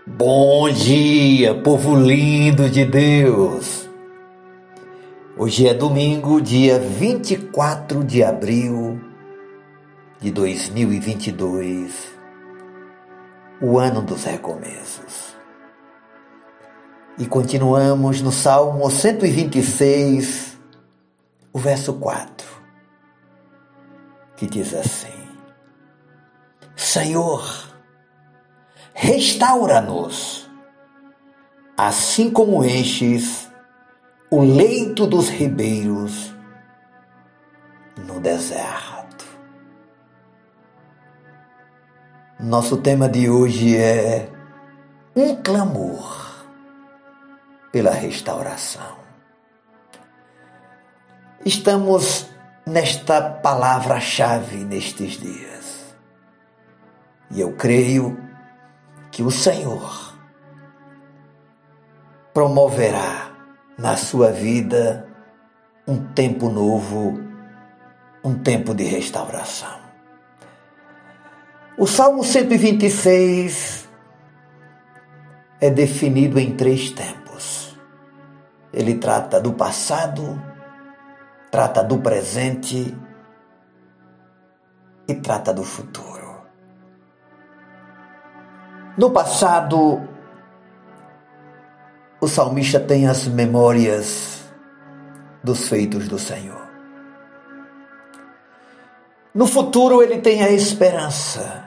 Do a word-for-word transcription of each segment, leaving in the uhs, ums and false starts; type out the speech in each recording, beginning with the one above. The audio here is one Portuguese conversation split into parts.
Bom dia, povo lindo de Deus! Hoje é domingo, dia vinte e quatro de abril de dois mil e vinte e dois, o ano dos recomeços. E continuamos no Salmo cento e vinte e seis, o verso quatro, que diz assim: Senhor, restaura-nos, assim como enches o leito dos ribeiros no deserto. Nosso tema de hoje é um clamor pela restauração. Estamos nesta palavra-chave nestes dias. E eu creio que o Senhor promoverá na sua vida um tempo novo, um tempo de restauração. O Salmo cento e vinte e seis é definido em três tempos. Ele trata do passado, trata do presente e trata do futuro. No passado, o salmista tem as memórias dos feitos do Senhor. No futuro, ele tem a esperança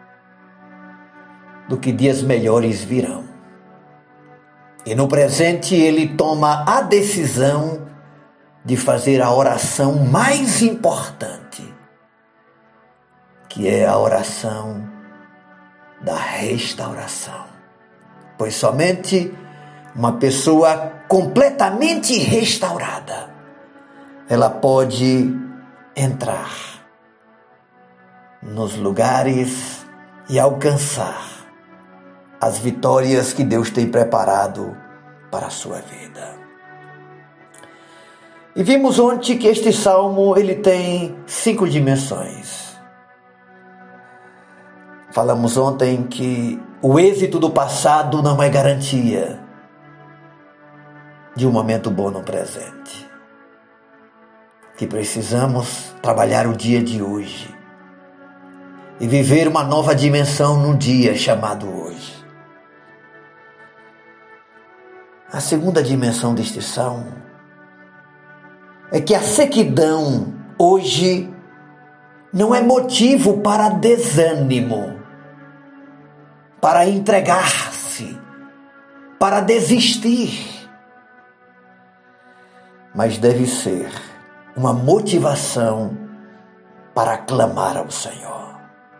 do que dias melhores virão. E no presente, ele toma a decisão de fazer a oração mais importante, que é a oração da restauração. Pois somente uma pessoa completamente restaurada, ela pode entrar nos lugares e alcançar as vitórias que Deus tem preparado para a sua vida. E vimos ontem que este salmo ele tem cinco dimensões. Falamos ontem que o êxito do passado não é garantia de um momento bom no presente. Que precisamos trabalhar o dia de hoje e viver uma nova dimensão no dia chamado hoje. A segunda dimensão deste salmo é que a sequidão hoje não é motivo para desânimo, para entregar-se, para desistir, mas deve ser uma motivação para clamar ao Senhor.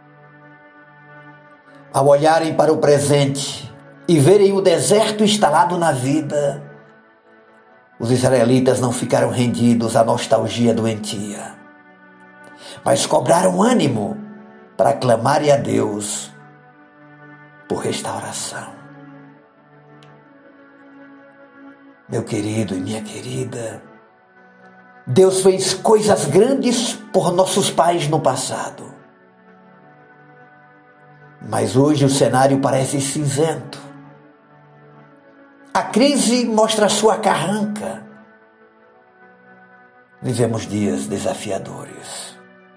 Ao olharem para o presente e verem o deserto instalado na vida, os israelitas não ficaram rendidos à nostalgia doentia, mas cobraram ânimo para clamarem a Deus por restauração. Meu querido e minha querida, Deus fez coisas grandes por nossos pais no passado. Mas hoje o cenário parece cinzento. A crise mostra a sua carranca. Vivemos dias desafiadores.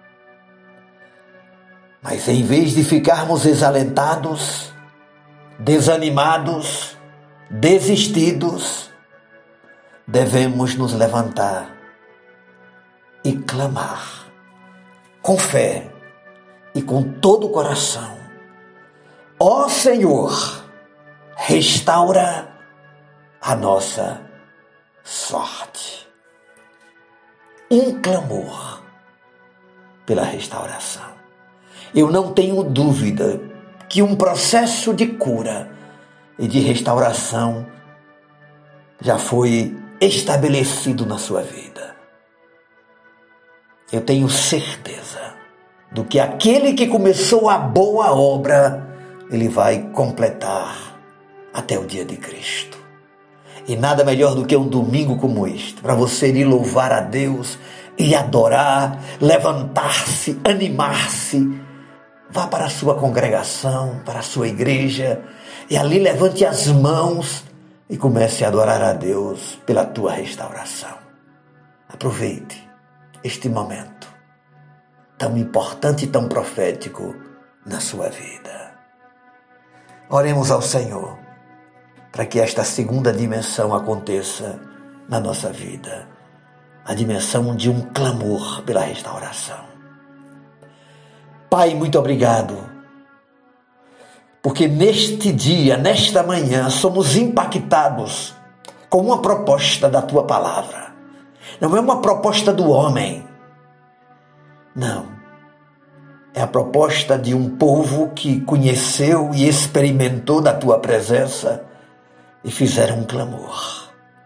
Mas em vez de ficarmos desalentados, desanimados, desistidos, devemos nos levantar e clamar com fé e com todo o coração: ó Senhor, restaura a nossa sorte. Um clamor pela restauração. Eu não tenho dúvida que um processo de cura e de restauração já foi estabelecido na sua vida. Eu tenho certeza do que aquele que começou a boa obra, ele vai completar até o dia de Cristo. E nada melhor do que um domingo como este, para você ir louvar a Deus e adorar, levantar-se, animar-se, vá para a sua congregação, para a sua igreja, e ali levante as mãos e comece a adorar a Deus pela tua restauração. Aproveite este momento tão importante e tão profético na sua vida. Oremos ao Senhor para que esta segunda dimensão aconteça na nossa vida, a dimensão de um clamor pela restauração. Pai, muito obrigado, porque neste dia, nesta manhã, somos impactados com uma proposta da tua palavra. Não é uma proposta do homem, não. É a proposta de um povo que conheceu e experimentou da tua presença e fizeram um clamor.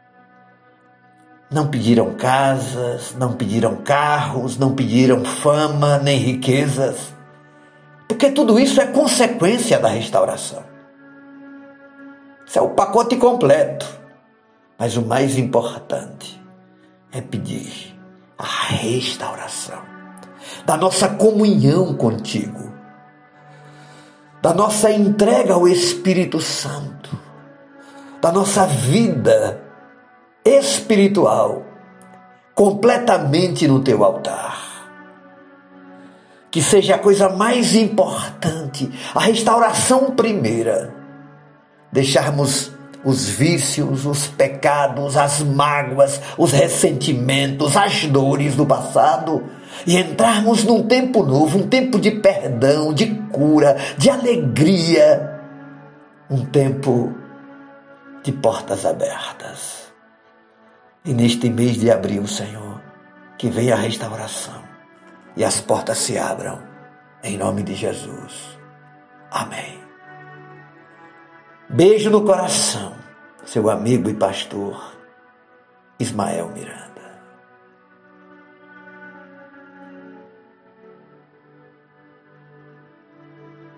Não pediram casas, não pediram carros, não pediram fama nem riquezas, porque tudo isso é consequência da restauração. Isso é o pacote completo. Mas o mais importante é pedir a restauração da nossa comunhão contigo, da nossa entrega ao Espírito Santo, da nossa vida espiritual completamente no teu altar. Que seja a coisa mais importante, a restauração primeira. Deixarmos os vícios, os pecados, as mágoas, os ressentimentos, as dores do passado e entrarmos num tempo novo, um tempo de perdão, de cura, de alegria, um tempo de portas abertas. E neste mês de abril, Senhor, que venha a restauração e as portas se abram, em nome de Jesus. Amém. Beijo no coração, seu amigo e pastor Ismael Miranda.